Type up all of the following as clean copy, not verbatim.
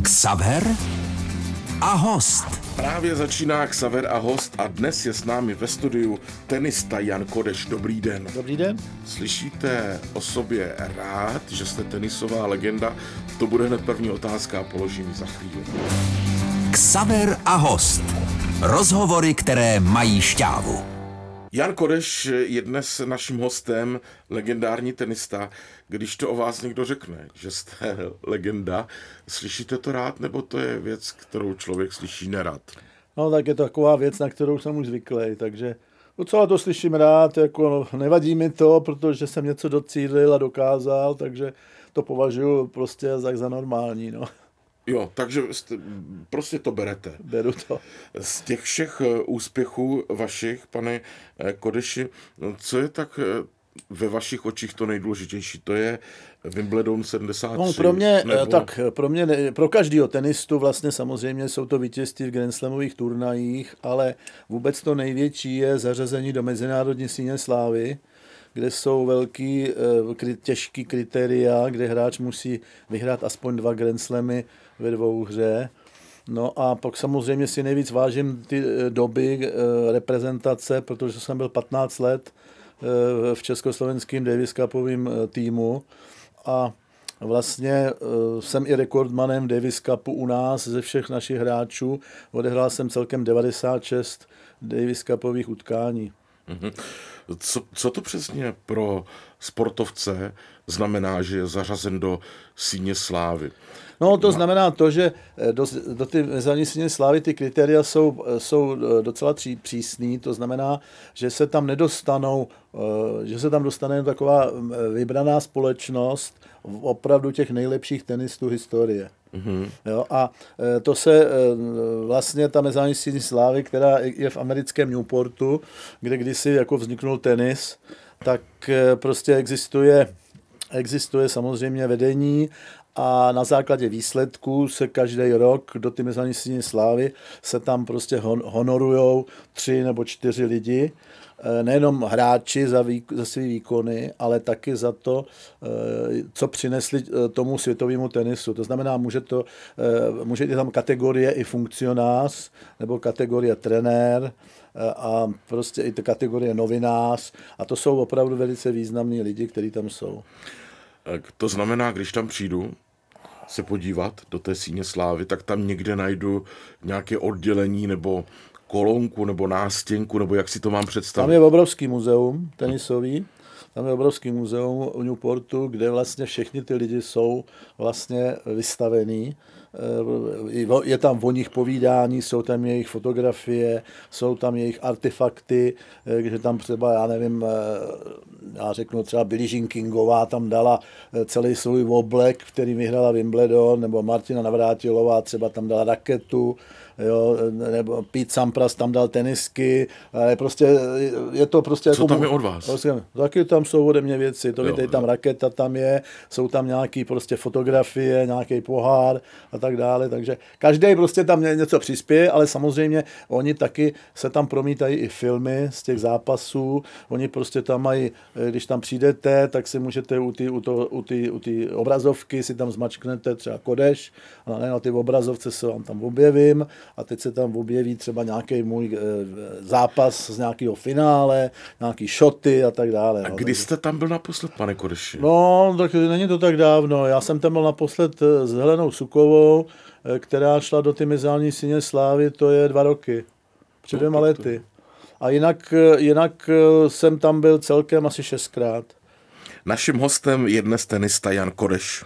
Xaver a host. Právě začíná Xaver a host a dnes je s námi ve studiu tenista Jan Kodeš. Dobrý den. Dobrý den. Slyšíte o sobě rád, že jste tenisová legenda? To bude hned první otázka a položím ji za chvíli. Xaver a host. Rozhovory, které mají šťávu. Jan Kodeš je dnes naším hostem, legendární tenista. Když to o vás někdo řekne, že jste legenda, slyšíte to rád, nebo to je věc, kterou člověk slyší nerad? No tak je to taková věc, na kterou jsem už zvyklý, takže docela to slyším rád, jako nevadí mi to, protože jsem něco docílil a dokázal, takže to považuji prostě za normální, no. Jo, takže prostě to berete. Beru to. Z těch všech úspěchů vašich, pane Kodeši, co je tak ve vašich očích to nejdůležitější? To je Wimbledon 73? No, pro mě, nebo... pro každýho tenistu vlastně samozřejmě jsou to vítězství v Grand Slamových turnajích, ale vůbec to největší je zařazení do mezinárodní síně slávy, kde jsou velký, těžký kritéria, kde hráč musí vyhrát aspoň 2 Grand Slamy ve 2 hře. No a pak samozřejmě si nejvíc vážím ty doby reprezentace, protože jsem byl 15 let v československém Davis Cupovém týmu a vlastně jsem i rekordmanem Davis Cupu u nás ze všech našich hráčů. Odehrál jsem celkem 96 Davis Cupových utkání. Mm-hmm. Co to přesně pro sportovce znamená, že je zařazen do síně slávy? No, to znamená to, že do ty mezinárodní síně slávy ty kritéria jsou docela přísný, to znamená, že se tam dostane taková vybraná společnost opravdu těch nejlepších tenistů historie. Mm-hmm. Jo, a to se vlastně ta mezinárodní síň slávy, která je v americkém Newportu, kde kdysi jako vzniknul tenis, tak prostě existuje samozřejmě vedení a na základě výsledků se každý rok do ty mezinárodní síně slávy se tam prostě honorujou 3 nebo 4 lidi, nejenom hráči za svý výkony, ale taky za to, co přinesli tomu světovému tenisu. To znamená, může tam kategorie i funkcionář, nebo kategorie trenér, a prostě i kategorie novinář. A to jsou opravdu velice významní lidi, kteří tam jsou. To znamená, když tam přijdu se podívat do té síně slávy, tak tam někde najdu nějaké oddělení nebo kolonku nebo nástěnku, nebo jak si to mám představit? Tam je obrovský muzeum tenisový, tam je obrovský muzeum u Newportu, kde vlastně všichni ty lidi jsou vlastně vystavení. Je tam o nich povídání, jsou tam jejich fotografie, jsou tam jejich artefakty, že tam třeba, já řeknu třeba Billie Jean Kingová tam dala celý svůj oblek, který vyhrála Wimbledon, nebo Martina Navrátilová třeba tam dala raketu, jo, nebo Pete Sampras tam dal tenisky, ale prostě je to prostě... Co tam je od vás? Taky tam jsou ode mě věci, tam raketa tam je, jsou tam nějaký prostě fotografie, nějaký pohár a tak dále, takže každý prostě tam něco přispěje, ale samozřejmě oni taky se tam promítají i filmy z těch zápasů, oni prostě tam mají, když tam přijdete, tak si můžete u ty obrazovky si tam zmačknete třeba Kodeš, a na ty obrazovce se vám tam objevím a teď se tam objeví třeba nějaký můj zápas z nějakého finále, nějaký šoty a tak dále. A kdy jste tam byl naposled, pane Kodeši? No, tak není to tak dávno. Já jsem tam byl naposled s Helenou Sukovou, která šla do ty mezinárodní síně slávy, to je 2 roky. Před 2 lety. A jinak jsem tam byl celkem asi 6krát. Naším hostem je dnes tenista Jan Kodeš.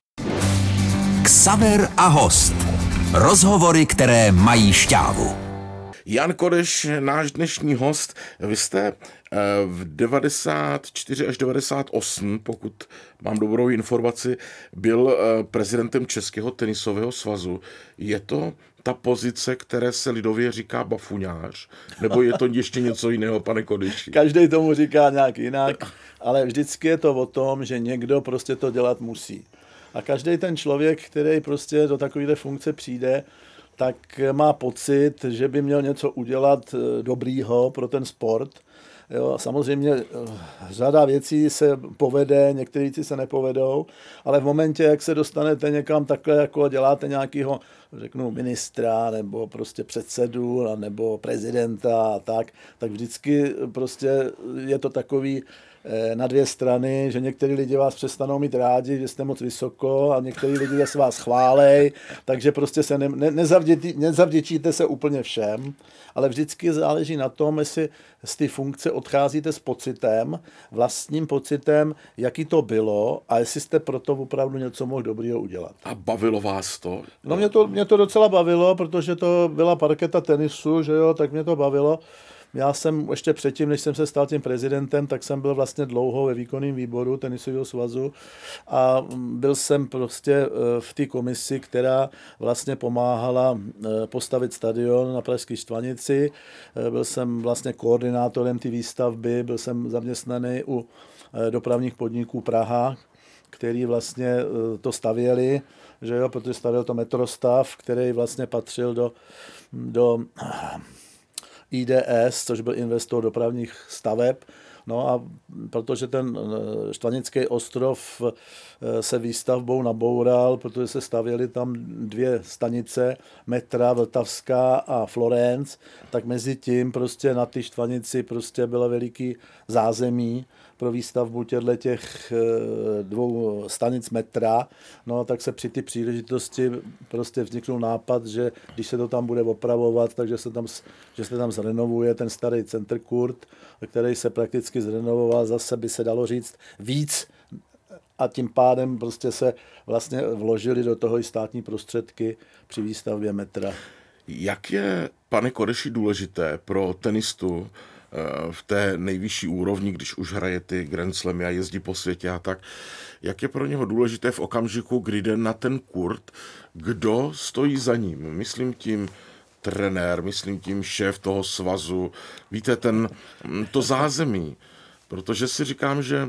Xaver a host. Rozhovory, které mají šťávu. Jan Kodeš, náš dnešní host. Vy jste v 94 až 98, pokud mám dobrou informaci, byl prezidentem Českého tenisového svazu. Je to ta pozice, které se lidově říká bafuňář? Nebo je to ještě něco jiného, pane Kodeši? Každý tomu říká nějak jinak, ale vždycky je to o tom, že někdo prostě to dělat musí. A každý ten člověk, který prostě do takovéhle funkce přijde, tak má pocit, že by měl něco udělat dobrýho pro ten sport. Jo, samozřejmě řada věcí se povede, některé věci se nepovedou, ale v momentě, jak se dostanete někam takhle, jako děláte nějakého, řeknu, ministra, nebo prostě předsedu, nebo prezidenta a tak vždycky prostě je to takový na dvě strany, že některý lidi vás přestanou mít rádi, že jste moc vysoko a některý lidi zase vás chválej, takže prostě se nezavděčíte se úplně všem, ale vždycky záleží na tom, jestli z té funkce odcházíte s pocitem, vlastním pocitem, jaký to bylo a jestli jste pro to opravdu něco mohl dobrýho udělat. A bavilo vás to? No mě to docela bavilo, protože to byla parketa tenisu, že jo, tak mě to bavilo. Já jsem ještě předtím, než jsem se stal tím prezidentem, tak jsem byl vlastně dlouho ve výkonném výboru tenisového svazu a byl jsem prostě v té komisi, která vlastně pomáhala postavit stadion na Pražské Štvanici. Byl jsem vlastně koordinátorem té výstavby, byl jsem zaměstnaný u dopravních podniků Praha, který vlastně to stavěli, že jo, protože stavěl to Metrostav, který vlastně patřil do IDS, což byl investor dopravních staveb. No a protože ten Štvanický ostrov se výstavbou naboural, protože se stavěly tam dvě stanice, metra, Vltavská a Florence, tak mezi tím prostě na ty Štvanici prostě bylo veliký zázemí pro výstavbu těch dvou stanic metra. No tak se při ty příležitosti prostě vzniknul nápad, že když se to tam bude opravovat, takže se tam zrenovuje ten starý Centerkurt, který se prakticky zrenovoval, zase by se dalo říct víc a tím pádem prostě se vlastně vložili do toho i státní prostředky při výstavbě metra. Jak je, pane Koreši, důležité pro tenistu v té nejvyšší úrovni, když už hraje ty Grand Slamy a jezdí po světě a tak, jak je pro něho důležité v okamžiku, kdy jde na ten kurt, kdo stojí za ním? Myslím tím trenér, myslím tím šéf toho svazu, víte, to zázemí. Protože si říkám, že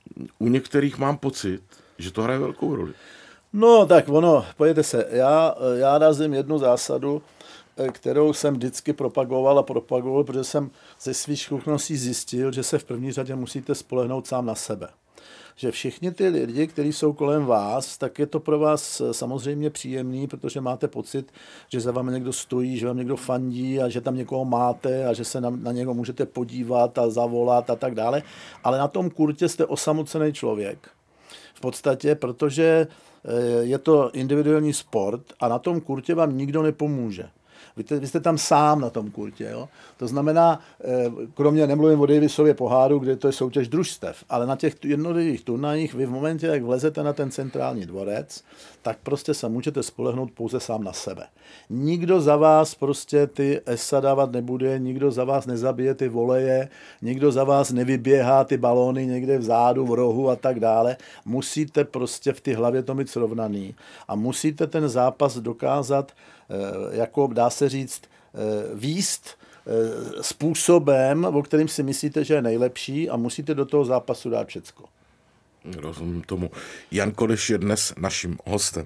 u některých mám pocit, že to hraje velkou roli. No tak pojďte se, já razím jednu zásadu, kterou jsem vždycky propagoval, protože jsem ze svých zkušeností zjistil, že se v první řadě musíte spolehnout sám na sebe. Že všichni ty lidi, kteří jsou kolem vás, tak je to pro vás samozřejmě příjemný, protože máte pocit, že za vámi někdo stojí, že vám někdo fandí a že tam někoho máte a že se na někoho můžete podívat a zavolat a tak dále. Ale na tom kurtě jste osamocený člověk. V podstatě, protože je to individuální sport a na tom kurtě vám nikdo nepomůže. Vy jste tam sám na tom kurtě. Jo? To znamená, kromě nemluvím o Davisově poháru, kde to je soutěž družstev, ale na těch jednotlivých turnajích vy v momentě, jak vlezete na ten centrální dvorec, tak prostě se můžete spolehnout pouze sám na sebe. Nikdo za vás prostě ty esa dávat nebude, nikdo za vás nezabije ty voleje, nikdo za vás nevyběhá ty balóny někde vzadu, v rohu a tak dále. Musíte prostě v ty hlavě to mít srovnaný a musíte ten zápas dokázat, jako dá se říct, výst způsobem, o kterým si myslíte, že je nejlepší a musíte do toho zápasu dát všecko. Rozumím tomu. Jan Kodeš je dnes naším hostem.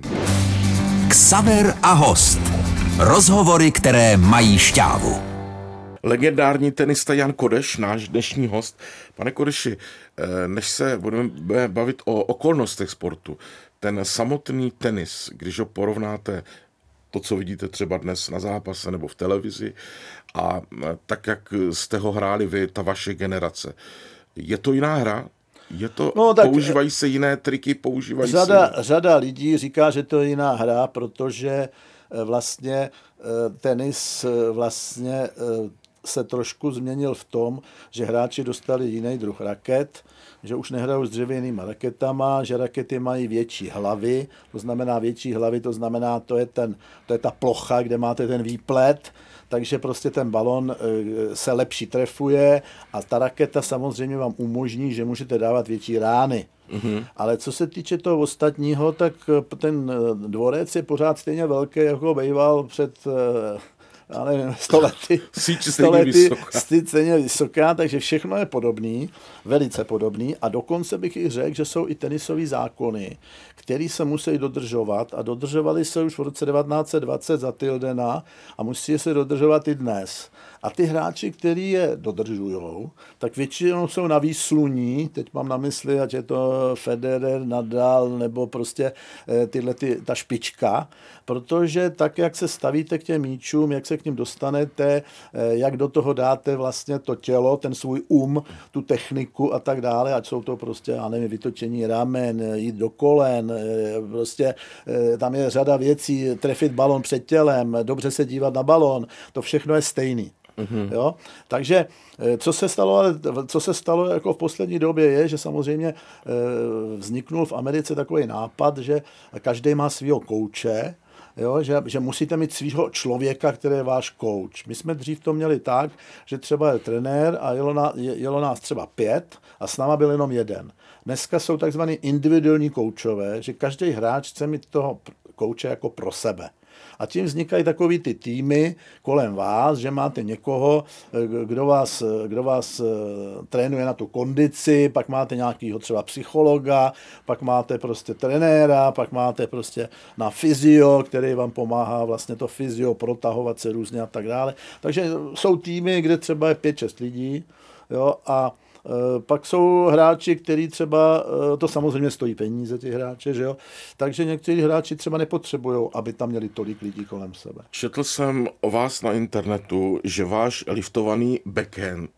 Xaver a host. Rozhovory, které mají šťávu. Legendární tenista Jan Kodeš, náš dnešní host. Pane Kodeši, než se budeme bavit o okolnostech sportu, ten samotný tenis, když ho porovnáte to, co vidíte třeba dnes na zápase nebo v televizi a tak, jak jste ho hráli vy, ta vaše generace, je to jiná hra? Používají se jiné triky, Řada lidí říká, že to je jiná hra, protože vlastně tenis vlastně se trošku změnil v tom, že hráči dostali jiný druh raket, že už nehrajou s dřevěnýma raketama, že rakety mají větší hlavy, to znamená větší hlavy, to znamená, to je ta plocha, kde máte ten výplet, takže prostě ten balon se lepší trefuje a ta raketa samozřejmě vám umožní, že můžete dávat větší rány. Mm-hmm. Ale co se týče toho ostatního, tak ten dvorec je pořád stejně velký, jako býval před já nevím, 100 lety. Síť stejně vysoká, takže všechno je podobný, velice podobný a dokonce bych i řekl, že jsou i tenisové zákony, které se musí dodržovat a dodržovaly se už v roce 1920 za Tildena a musí se dodržovat i dnes. A ty hráči, kteří je dodržujou, tak většinou jsou na výsluní, teď mám na mysli, ať je to Federer, Nadal nebo prostě ta špička, protože tak, jak se stavíte k těm míčům, jak se k ním dostanete, jak do toho dáte vlastně to tělo, ten svůj tu techniku a tak dále, ať jsou to prostě, já nevím, vytočení ramen, jít do kolen, prostě tam je řada věcí, trefit balon před tělem, dobře se dívat na balon, to všechno je stejný. Mm-hmm. Jo? Takže co se stalo jako v poslední době je, že samozřejmě vzniknul v Americe takový nápad, že každý má svýho kouče, jo? Že musíte mít svýho člověka, který je váš kouč. My jsme dřív to měli tak, že třeba je trenér a jelo nás třeba 5 a s náma byl jenom jeden. Dneska jsou takzvaný individuální koučové, že každý hráč chce mít toho kouče jako pro sebe. A tím vznikají takový ty týmy kolem vás, že máte někoho, kdo vás trénuje na tu kondici, pak máte nějakýho třeba psychologa, pak máte prostě trenéra, pak máte prostě na fyzio, který vám pomáhá vlastně to fyzio protahovat se různě a tak dále. Takže jsou týmy, kde třeba je 5-6 lidí, jo, a pak jsou hráči, kteří třeba, to samozřejmě stojí peníze, ty hráče, že jo? Takže někteří hráči třeba nepotřebují, aby tam měli tolik lidí kolem sebe. Četl jsem o vás na internetu, že váš liftovaný backhand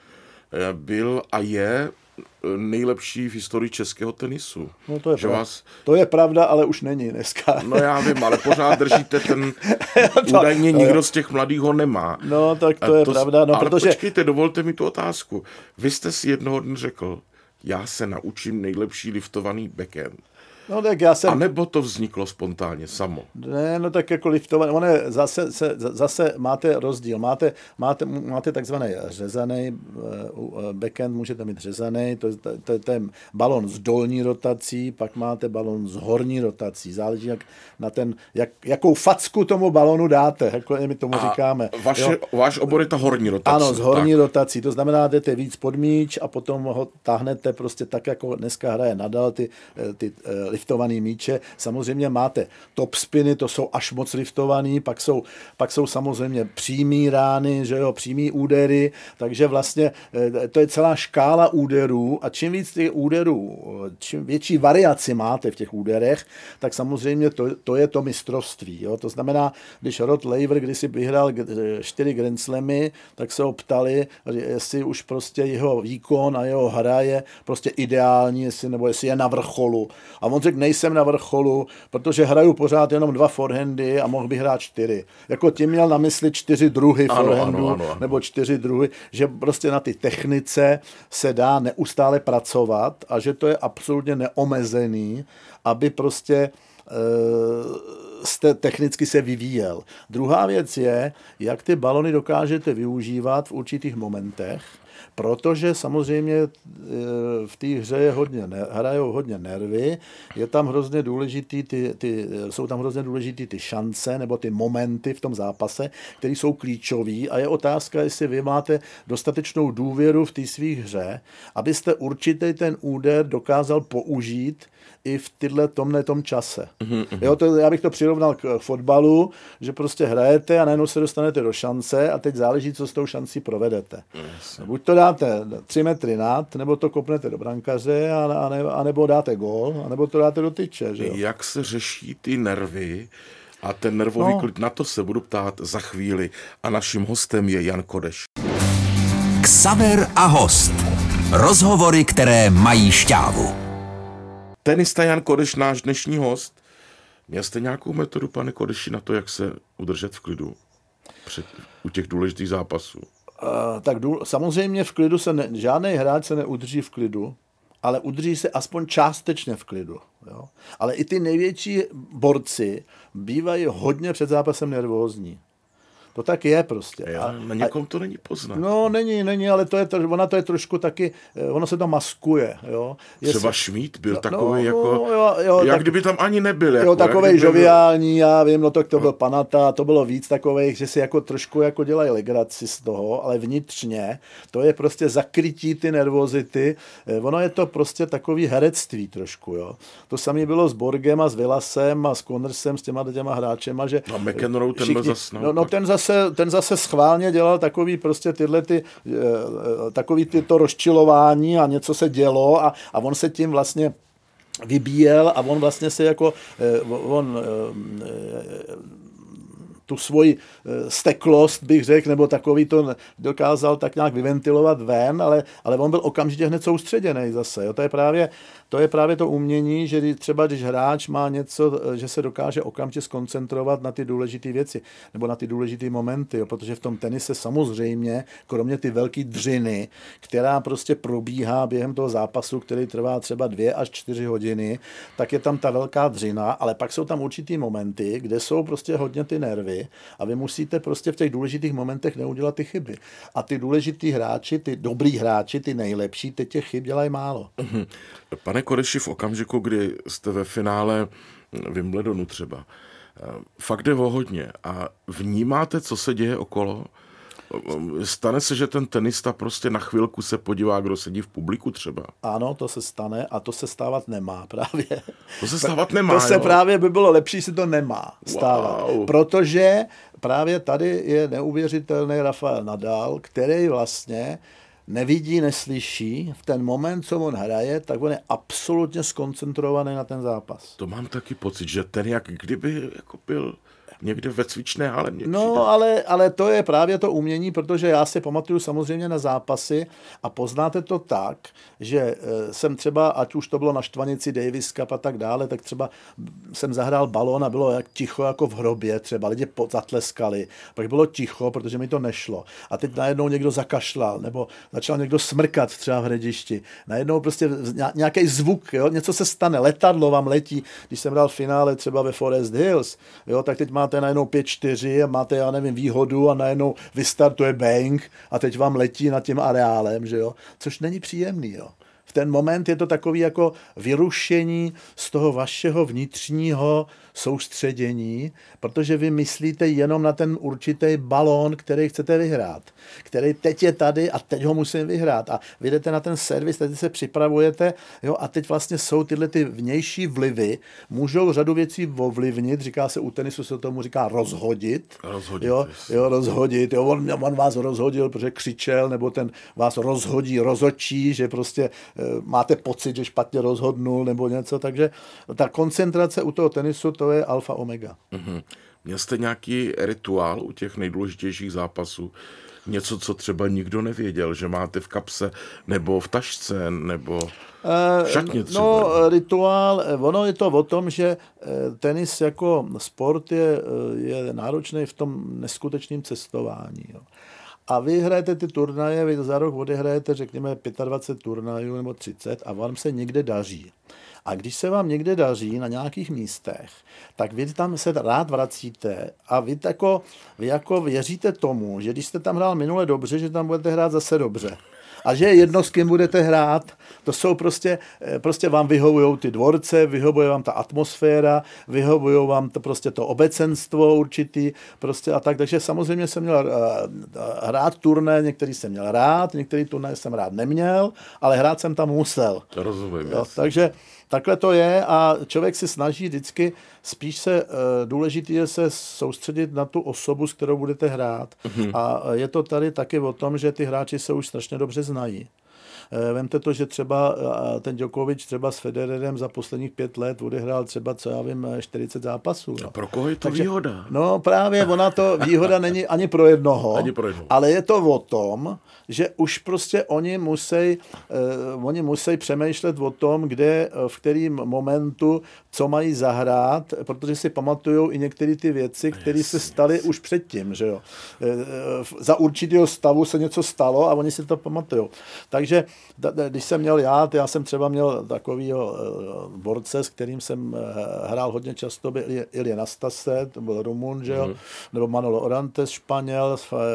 byl a je nejlepší v historii českého tenisu. No to je to je pravda, ale už není dneska. No já vím, ale pořád držíte ten údajně nikdo z těch mladých ho nemá. No tak to je pravda. No, ale počkejte, dovolte mi tu otázku. Vy jste si jednoho dne řekl, já se naučím nejlepší liftovaný backhand. No, tak a nebo to vzniklo spontánně samo? Ne, no tak jako liftované, zase máte rozdíl. Máte takzvaný řezaný backhand, můžete mít řezaný, to je balon s dolní rotací, pak máte balon s horní rotací. Záleží jakou facku tomu balonu dáte, jako my tomu říkáme. Váš obor je ta horní rotace. Ano, s horní rotací, to znamená, jdete víc pod míč a potom ho táhnete prostě tak, jako dneska hraje Nadal, ty liftovaný míče. Samozřejmě máte top spiny, to jsou až moc liftovaný, pak jsou samozřejmě přímý rány, že jo, přímý údery, takže vlastně to je celá škála úderů a čím víc těch úderů, čím větší variaci máte v těch úderech, tak samozřejmě to je to mistrovství. Jo. To znamená, když Rod Laver kdysi vyhrál 4 Grand Slamy, tak se ho ptali, jestli už prostě jeho výkon a jeho hra je prostě ideální, jestli je na vrcholu. A on řekl, nejsem na vrcholu, protože hraju pořád jenom 2 forehandy a mohl bych hrát 4. Jako tím měl na mysli 4 druhy forehandu, nebo 4 druhy, že prostě na ty technice se dá neustále pracovat a že to je absolutně neomezený, aby prostě technicky se vyvíjel. Druhá věc je, jak ty balony dokážete využívat v určitých momentech, protože samozřejmě v té hře hrajou hodně nervy, je tam hrozně důležitý jsou tam hrozně důležitý ty šance nebo ty momenty v tom zápase, které jsou klíčový a je otázka, jestli vy máte dostatečnou důvěru v té svých hře, abyste určitý ten úder dokázal použít i v tom čase. Jo, já bych to přirovnal k fotbalu, že prostě hrajete a najednou se dostanete do šance a teď záleží, co s tou šancí provedete. Buď to dáte 3 metry nad, nebo to kopnete do brankaře, a nebo dáte gól, a nebo to dáte do tyče. Že jo? Jak se řeší ty nervy a ten nervový klid? Na to se budu ptát za chvíli. A naším hostem je Jan Kodeš. Xaver a host. Rozhovory, které mají šťávu. Tenista Jan Kodeš, náš dnešní host. Měl jste nějakou metodu, pane Kodeši, na to, jak se udržet v klidu u těch důležitých zápasů? Samozřejmě v klidu žádný hráč se neudrží v klidu, ale udrží se aspoň částečně v klidu. Jo? Ale i ty největší borci bývají hodně před zápasem nervózní. To tak je prostě. Na někom to není poznat. No, není, ale ona to je trošku taky, ono se to maskuje. Jo. Třeba Šmíd byl takový jak tak, kdyby tam ani nebyl. Jo, takovej žoviální, já vím, no to byl Panata, to bylo víc takových, že si jako trošku jako dělají legraci z toho, ale vnitřně to je prostě zakrytí ty nervozity. Ono je to prostě takový herectví trošku, jo. To samé bylo s Borgem a s Villasem a s Connorsem, s těma hráčema, že... No McEnroe ten byl zase... No ten zase schválně dělal takový prostě takový to rozčilování a něco se dělo a on se tím vlastně vybíjel a on vlastně se jako tu svoji steklost, bych řekl, nebo takový to dokázal tak nějak vyventilovat ven, ale on byl okamžitě hned soustředěný zase. Jo. To je právě to umění, že třeba když hráč má něco, že se dokáže okamžitě skoncentrovat na ty důležité věci, nebo na ty důležité momenty, jo, protože v tom tenise samozřejmě, kromě ty velké dřiny, která prostě probíhá během toho zápasu, který trvá třeba 2 až 4 hodiny, tak je tam ta velká dřina, ale pak jsou tam určitý momenty, kde jsou prostě hodně ty nervy a vy musíte prostě v těch důležitých momentech neudělat ty chyby. A ty důležitý hráči, ty dobrý hráči, ty nejlepší, teď těch chyb dělají málo. Pane Koreši, v okamžiku, kdy jste ve finále Wimbledonu třeba, fakt jde o hodně a vnímáte, co se děje okolo? Stane se, že ten tenista prostě na chvilku se podívá, kdo sedí v publiku třeba? Ano, to se stane a to se stávat nemá právě. To se stávat nemá, To se právě by bylo lepší, si to nemá stávat. Wow. Protože právě tady je neuvěřitelný Rafael Nadal, který vlastně nevidí, neslyší. V ten moment, co on hraje, tak on je absolutně skoncentrovaný na ten zápas. To mám taky pocit, že ten jak kdyby jako byl někde ve cvičné hale. No, ale to je právě to umění, protože já si pamatuju samozřejmě na zápasy a poznáte to tak, že jsem třeba, ať už to bylo na Štvanici, Davis Cup a tak dále, tak třeba jsem zahrál balón a bylo jak ticho jako v hrobě, třeba lidi zatleskali, pak bylo ticho, protože mi to nešlo. A teď najednou někdo zakašlal, nebo začal někdo smrkat třeba v hradišti. Najednou prostě nějaký zvuk, jo? Něco se stane, letadlo vám letí. Když jsem hrál v finále třeba ve Forest Hills, jo? Tak teď máte najednou 5-4 a máte, já nevím, výhodu a najednou vystartuje bang a teď vám letí nad tím areálem, že jo? Což není příjemný, jo. V ten moment je to takový jako vyrušení z toho vašeho vnitřního soustředění, protože vy myslíte jenom na ten určitý balón, který chcete vyhrát, který teď je tady a teď ho musím vyhrát. A vy jdete na ten servis, teď se připravujete, jo, a teď vlastně jsou tyhle ty vnější vlivy, můžou řadu věcí ovlivnit, říká se u tenisu, se tomu říká rozhodit. Rozhodit. Jo, on vás rozhodil, protože křičel, nebo ten vás rozhodčí, že prostě máte pocit, že špatně rozhodnul, nebo něco, takže ta koncentrace u toho tenisu, to je alfa omega. Mm-hmm. Měl jste nějaký rituál u těch nejdůležitějších zápasů? Něco, co třeba nikdo nevěděl, že máte v kapse, nebo v tašce, nebo v šatně třeba? No, rituál, ono je to o tom, že tenis jako sport je náročný v tom neskutečném cestování. Jo. A vy hrajete ty turnaje, vy za rok odehrajete, řekněme, 25 turnajů nebo 30 a vám se někde daří. A když se vám někde daří na nějakých místech, tak vy tam se rád vracíte a vy jako věříte tomu, že když jste tam hrál minule dobře, že tam budete hrát zase dobře. A že je jedno, s kým budete hrát, to jsou prostě vám vyhovujou ty dvorce, vyhovuje vám ta atmosféra, vyhovujou vám to prostě to obecenstvo určitý, prostě a tak. Takže samozřejmě jsem měl hrát turné, některý jsem měl rád, některý turné jsem rád neměl, ale hrát jsem tam musel. Rozumím. Takže takhle to je a člověk si snaží vždycky spíš důležitý je se soustředit na tu osobu, s kterou budete hrát. Mm-hmm. A je to tady taky o tom, že ty hráči se už strašně dobře znají. Vemte to, že třeba ten Djokovic třeba s Federerem za posledních 5 let odehrál třeba, co já vím, 40 zápasů. A pro koho je to výhoda? No právě ona to výhoda není ani pro jednoho, ale je to o tom, že už prostě oni musí přemýšlet o tom, kde, v kterém momentu, co mají zahrát, protože si pamatujou i některé ty věci, které se staly už předtím, že jo. Za určitého stavu se něco stalo a oni si to pamatujou. Takže když jsem měl já jsem třeba měl takovýho borce, s kterým jsem hrál hodně často, byl Ilie Nastase, to byl Rumun, že jo, nebo Manolo Orantes, Španěl,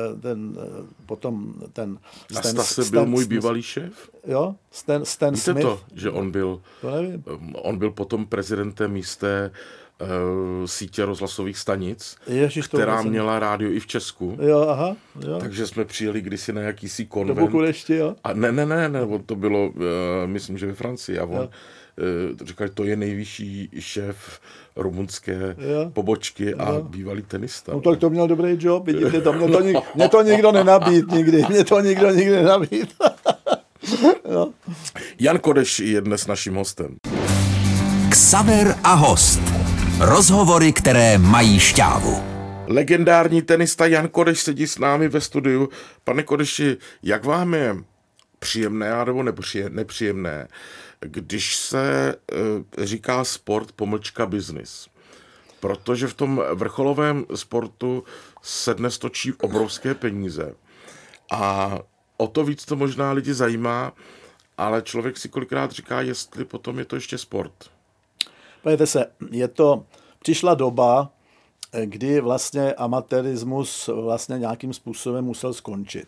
potom ten... Nastase byl můj bývalý šéf? Jo, Stan Smith. To, že on byl... To nevím. On byl potom prezidentem jisté sítě rozhlasových stanic, která měla rádio i v Česku. Jo, aha. Jo. Takže jsme přijeli kdysi na jakýsi konvent. Do Bukurešti, jo? A ne, to bylo, myslím, že ve Francii. A on říkal, to je nejvyšší šéf rumunské pobočky a bývalý tenista. No tak to měl dobrý job, vidíte, to mě to nikdo nenabít nikdy. Mě to nikdo nikdy nenabít. No. Jan Kodeš je dnes naším hostem. Xaver a host. Rozhovory, které mají šťávu. Legendární tenista Jan Kodeš sedí s námi ve studiu. Pane Kodeši, jak vám je příjemné nebo nepříjemné, když se říká sport pomlčka business? Protože v tom vrcholovém sportu se dnes točí obrovské peníze. A o to víc to možná lidi zajímá, ale člověk si kolikrát říká, jestli potom je to ještě sport. Pojďte se, přišla doba, kdy vlastně amatérismus vlastně nějakým způsobem musel skončit.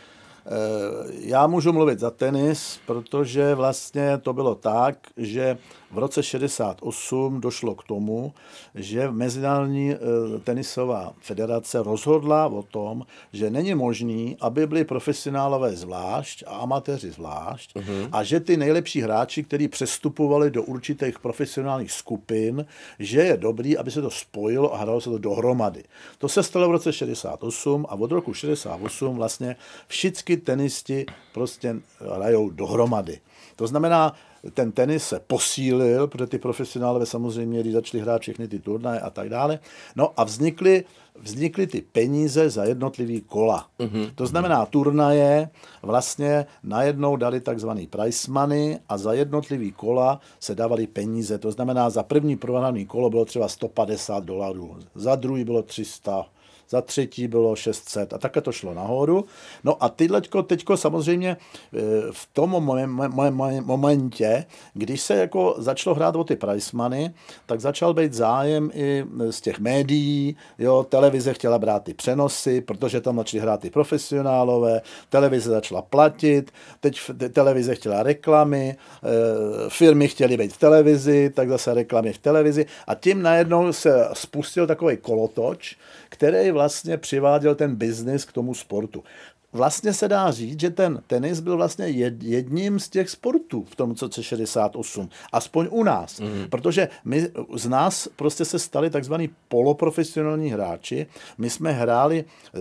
Já můžu mluvit za tenis, protože vlastně to bylo tak, že v roce 68 došlo k tomu, že Mezinárodní tenisová federace rozhodla o tom, že není možný, aby byli profesionálové zvlášť a amatéři zvlášť a že ty nejlepší hráči, kteří přestupovali do určitých profesionálních skupin, že je dobrý, aby se to spojilo a hralo se to dohromady. To se stalo v roce 68 a od roku 68 vlastně všichni tenisti prostě hrajou dohromady. To znamená, ten tenis se posílil, protože ty profesionálové samozřejmě, když začali hrát všechny ty turnaje a tak dále. No a vznikly ty peníze za jednotlivý kola. To znamená, turnaje vlastně najednou dali takzvaný prize money a za jednotlivý kola se dávaly peníze. To znamená, za první prohraný kolo bylo třeba $150, za druhý bylo 300, za třetí bylo 600 a také to šlo nahoru. No a teďko samozřejmě v tom momentě, když se jako začalo hrát o ty prize money, tak začal být zájem i z těch médií, jo, televize chtěla brát ty přenosy, protože tam začali hrát ty profesionálové, televize začala platit, teď televize chtěla reklamy, firmy chtěly být v televizi, tak zase reklamy v televizi a tím najednou se spustil takový kolotoč, který vlastně přiváděl ten biznis k tomu sportu. Vlastně se dá říct, že ten tenis byl vlastně jedním z těch sportů v tom roce 68, aspoň u nás, protože my z nás prostě se stali takzvaný poloprofesionální hráči. My jsme hráli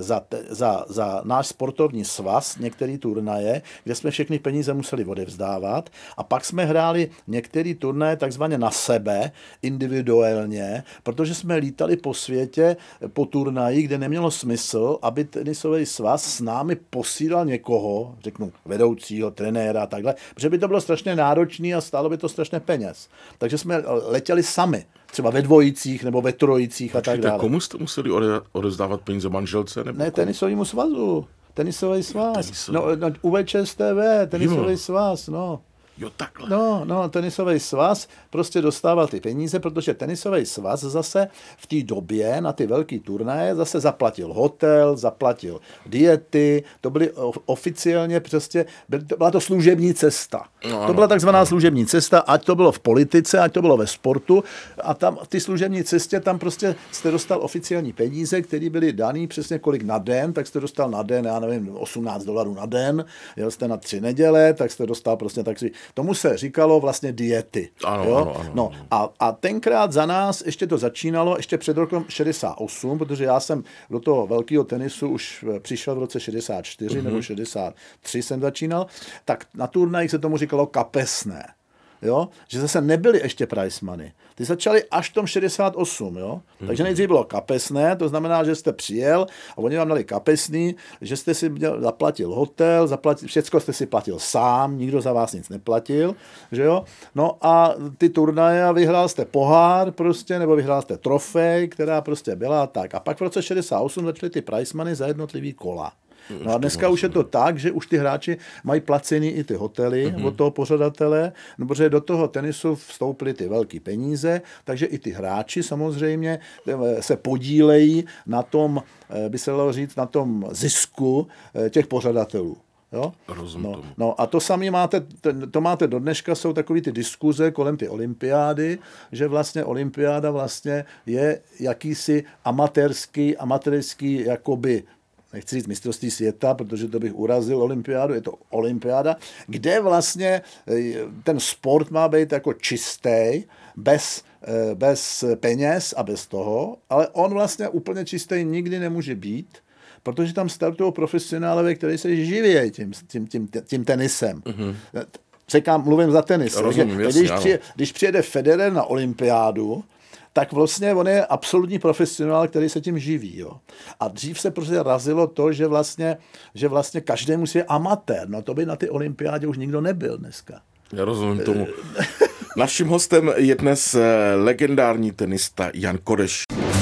za náš sportovní svaz některé turnaje, kde jsme všechny peníze museli odevzdávat a pak jsme hráli některé turnaje takzvaně na sebe, individuálně, protože jsme lítali po světě po turnaji, kde nemělo smysl, aby tenisový svaz s námi posílal někoho, řeknu vedoucího, trenéra a takhle, protože by to bylo strašně náročné a stálo by to strašně peněz. Takže jsme letěli sami, třeba ve dvojicích nebo ve trojicích a tak dále. Komu jste museli odezdávat peníze, manželce? Nebo ne, tenisovému svazu. Tenisový svaz. No, UVČSTV, tenisový svaz, no. Jo, takhle. No, tenisový svaz prostě dostával ty peníze, protože tenisový svaz zase v té době na ty velký turnaje zase zaplatil hotel, zaplatil diety, to byly oficiálně prostě, byla to služební cesta. To byla takzvaná služební cesta, ať to bylo v politice, ať to bylo ve sportu a tam v té služební cestě tam prostě jste dostal oficiální peníze, které byly daný přesně kolik na den, tak jste dostal na den, já nevím, $18 na den, jel jste na 3 neděle, tak jste dostal prostě tomu se říkalo vlastně diety. Ano. No, a tenkrát za nás ještě to začínalo, ještě před rokem 68, protože já jsem do toho velkého tenisu už přišel v roce 64 nebo 63 jsem začínal, tak na turnajích se tomu říkalo kapesné. Jo? Že zase nebyly ještě prize money. Ty začaly až v tom 68, jo? Takže nejdřív bylo kapesné, to znamená, že jste přijel a oni vám dali kapesný, že jste si zaplatil hotel, všecko jste si platil sám, nikdo za vás nic neplatil, že jo? No a ty turnaje a vyhrál jste pohár prostě, nebo vyhrál jste trofej, která prostě byla tak. A pak v roce 68 začaly ty prize money za jednotlivý kola. No a dneska už je to tak, že už ty hráči mají placený i ty hotely od toho pořadatele, no, protože do toho tenisu vstoupily ty velké peníze, takže i ty hráči samozřejmě se podílejí na tom, by se dalo říct, na tom zisku těch pořadatelů. Jo? No a to sami máte do dneška, jsou takový ty diskuze kolem ty olympiády, že vlastně olympiáda vlastně je jakýsi amatérský jakoby, nechci říct mistrovství světa, protože to bych urazil olympiádu, je to olympiáda, kde vlastně ten sport má být jako čistý, bez peněz a bez toho, ale on vlastně úplně čistý nikdy nemůže být, protože tam startují profesionálové, kteří se živí tím tenisem. Mluvím za tenis. Rozumím, když přijede Federer na olympiádu, tak vlastně on je absolutní profesionál, který se tím živí. Jo. A dřív se prostě razilo to, že vlastně každý musí být amatér. No to by na ty olympiádě už nikdo nebyl dneska. Já rozumím tomu. Naším hostem je dnes legendární tenista Jan Kodeš.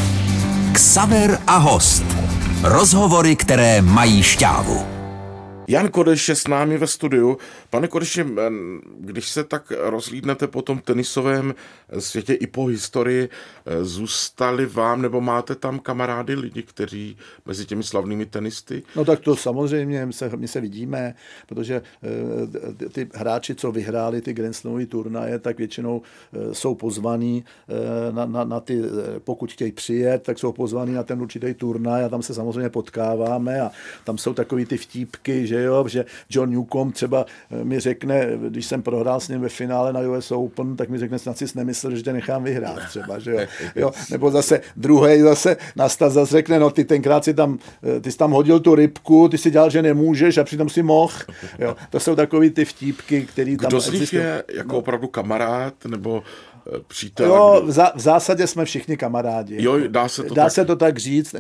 Xaver a host. Rozhovory, které mají šťávu. Jan Kodeš je s námi ve studiu. Pane Kodeši, když se tak rozhlídnete po tom tenisovém světě i po historii, zůstali vám, nebo máte tam kamarády, lidi, kteří mezi těmi slavnými tenisty? No tak to samozřejmě, my se vidíme, protože ty hráči, co vyhráli ty Grand Slamové turnaje, tak většinou jsou pozvaní na ty, pokud chtějí přijet, tak jsou pozvaní na ten určitý turnaj a tam se samozřejmě potkáváme a tam jsou takový ty vtípky, že John Newcomb třeba mi řekne, když jsem prohrál s ním ve finále na US Open, tak mi řekne, snad si nemyslel, že tě nechám vyhrát třeba, že jo. Nebo zase druhý zase řekne, no ty tenkrát ty jsi tam hodil tu rybku, ty si dělal, že nemůžeš a přitom si mohl. Jo. To jsou takový ty vtípky, který tam existují. Kdo z nich je jako opravdu kamarád nebo přítel? Jo, v zásadě jsme všichni kamarádi. Jo, dá se to tak říct.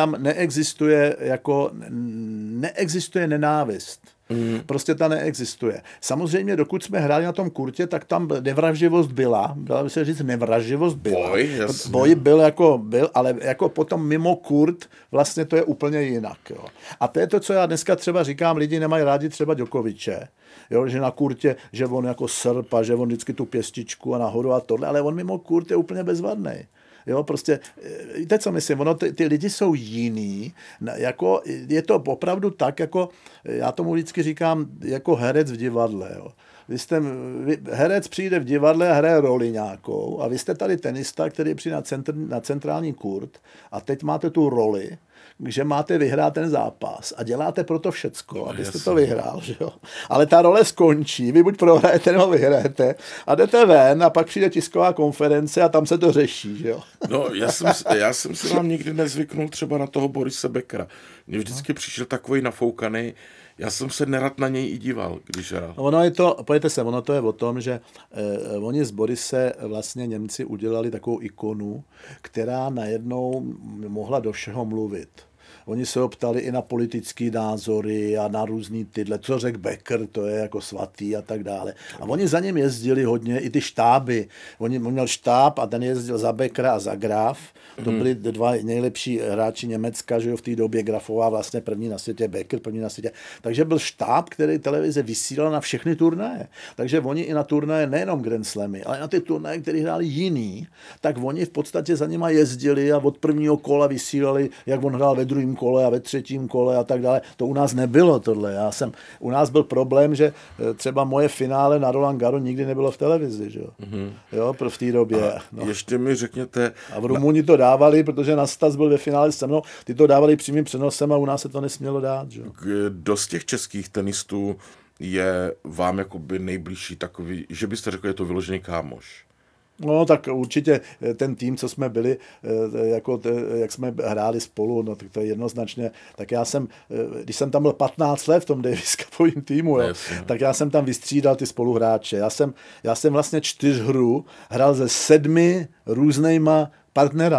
Neexistuje nenávist. Prostě ta neexistuje. Samozřejmě, dokud jsme hráli na tom kurtě, tak tam nevraživost byla. Dala by se říct, nevraživost byla. Boj byl, ale jako potom mimo kurt vlastně to je úplně jinak. Jo. A to je to, co já dneska třeba říkám, lidi nemají rádi třeba Djokoviče. Jo, že na kurtě, že on jako srp a že on vždycky tu pěstičku a nahoru a tohle, ale on mimo kurt je úplně bezvadný. Jo, prostě, víte, co myslím, ty lidi jsou jiný, jako, je to opravdu tak, jako, já tomu vždycky říkám, jako herec v divadle, jo. Herec přijde v divadle a hraje roli nějakou a vy jste tady tenista, který přijde na centrální kurt a teď máte tu roli, že máte vyhrát ten zápas a děláte proto všecko, abyste to vyhrál, že jo. Ale ta role skončí, vy buď prohrajete, nebo vyhrajete a jdete ven a pak přijde tisková konference a tam se to řeší, že jo. No, já jsem si vám nikdy nezvyknul třeba na toho Borise Beckera. Mně vždycky přišel takový nafoukaný, já jsem se nerad na něj i díval, když hrál. Ono to je o tom, že oni z Borise vlastně Němci udělali takovou ikonu, která najednou mohla do všeho mluvit. Oni se ho ptali i na politické názory a na různý tyhle, co řekl Becker, to je jako svatý a tak dále. A oni za ním jezdili hodně, i ty štáby. On měl štáb a ten jezdil za Beckera a za Graf. To byli dva nejlepší hráči Německa, že jo, v té době Grafová vlastně první na světě, Becker první na světě. Takže byl štáb, který televize vysílal na všechny turnaje. Takže oni i na turnaje nejenom Grand Slamy, ale na ty turnaje, které hráli jiný, tak oni v podstatě za nima jezdili a od prvního kola vysílali, jak on hrál ve druhém kole a ve třetím kole a tak dále. To u nás nebylo tohle. U nás byl problém, že třeba moje finále na Roland Garros nikdy nebylo v televizi, že jo? Jo, v té době. No. Ještě mi řekněte... A v Rumuni to dávali, protože Nastas byl ve finále se mnou, ty to dávali přímým přenosem a u nás se to nesmělo dát, že jo? Kdo z těch českých tenistů je vám jakoby nejbližší takový, že byste řekli, je to vyložený kámoš? No, tak určitě ten tým, co jsme byli, jak jsme hráli spolu, no tak to je jednoznačně, tak když jsem tam byl 15 let v tom Davis Cupovým týmu, jo, tak já jsem tam vystřídal ty spoluhráče. Já jsem vlastně 4 hru hrál se 7 různýma partnerama.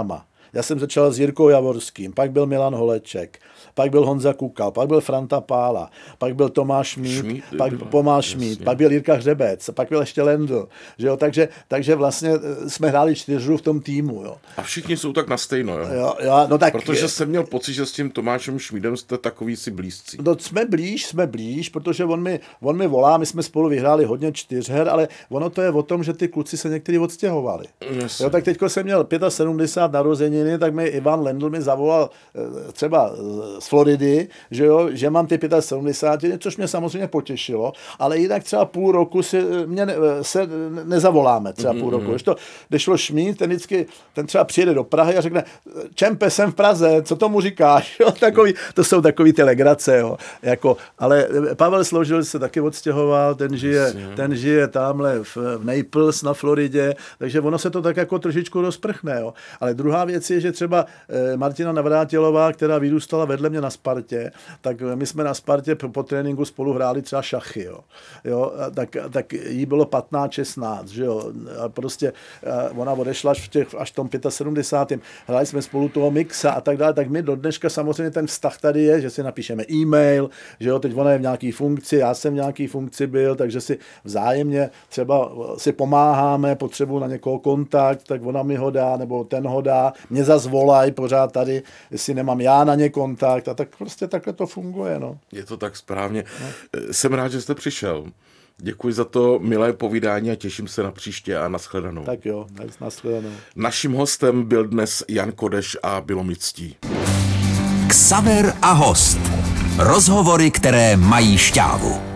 Já jsem začal s Jirkou Javorským, pak byl Milan Holeček, pak byl Honza Kukal, pak byl Franta Pála, pak byl Tomáš Šmíd, pak Pomáš Šmíd, pak byl Jirka Hřebec, pak byl ještě Lendl, že jo, takže vlastně jsme hráli 4 v tom týmu, jo. A všichni jsou tak na stejno, jo? Jo, no tak... Protože jsem měl pocit, že s tím Tomášem Šmídem jste takový si blízcí. No jsme blíž, protože on mi volá, my jsme spolu vyhráli hodně 4 her, ale ono to je o tom, že ty kluci se někteří odstěhovali. Yes. Jo, tak teďko jsem měl 75 narozeniny, tak mi Ivan Lendl mi zavolal třeba z Floridy, že mám ty 75, což mě samozřejmě potěšilo, ale jinak třeba půl roku se nezavoláme, třeba půl roku. Když šlo Šmíd, ten třeba přijede do Prahy a řekne, Čempe, jsem v Praze, co tomu říkáš? Jo, to jsou takový ty legrace, jo. Jako, ale Pavel Složil se taky odstěhoval, ten žije tamhle v Naples na Floridě, takže ono se to tak jako trošičku rozprchne, jo. Ale druhá věc je, že třeba Martina Navrátilová, která vyrůstala vedle mě na Spartě, tak my jsme na Spartě po tréninku spolu hráli třeba šachy, jo. Tak jí bylo 15-16, že jo. A prostě ona odešla až v tom 75. Hráli jsme spolu toho mixa a tak dále, tak my do dneška samozřejmě ten vztah tady je, že si napíšeme e-mail, že jo, teď ona je v nějaký funkci, já jsem v nějaký funkci byl, takže si vzájemně třeba si pomáháme, potřebuji na někoho kontakt, tak ona mi ho dá, nebo ten ho dá, mě zas volají pořád tady, jestli nemám já na ně kontakt a tak prostě takhle to funguje, no. Je to tak správně. No. Jsem rád, že jste přišel. Děkuji za to milé povídání a těším se na příště a nashledanou. Tak jo, nashledanou. Naším hostem byl dnes Jan Kodeš a bylo mi ctí. Xaver a host. Rozhovory, které mají šťávu.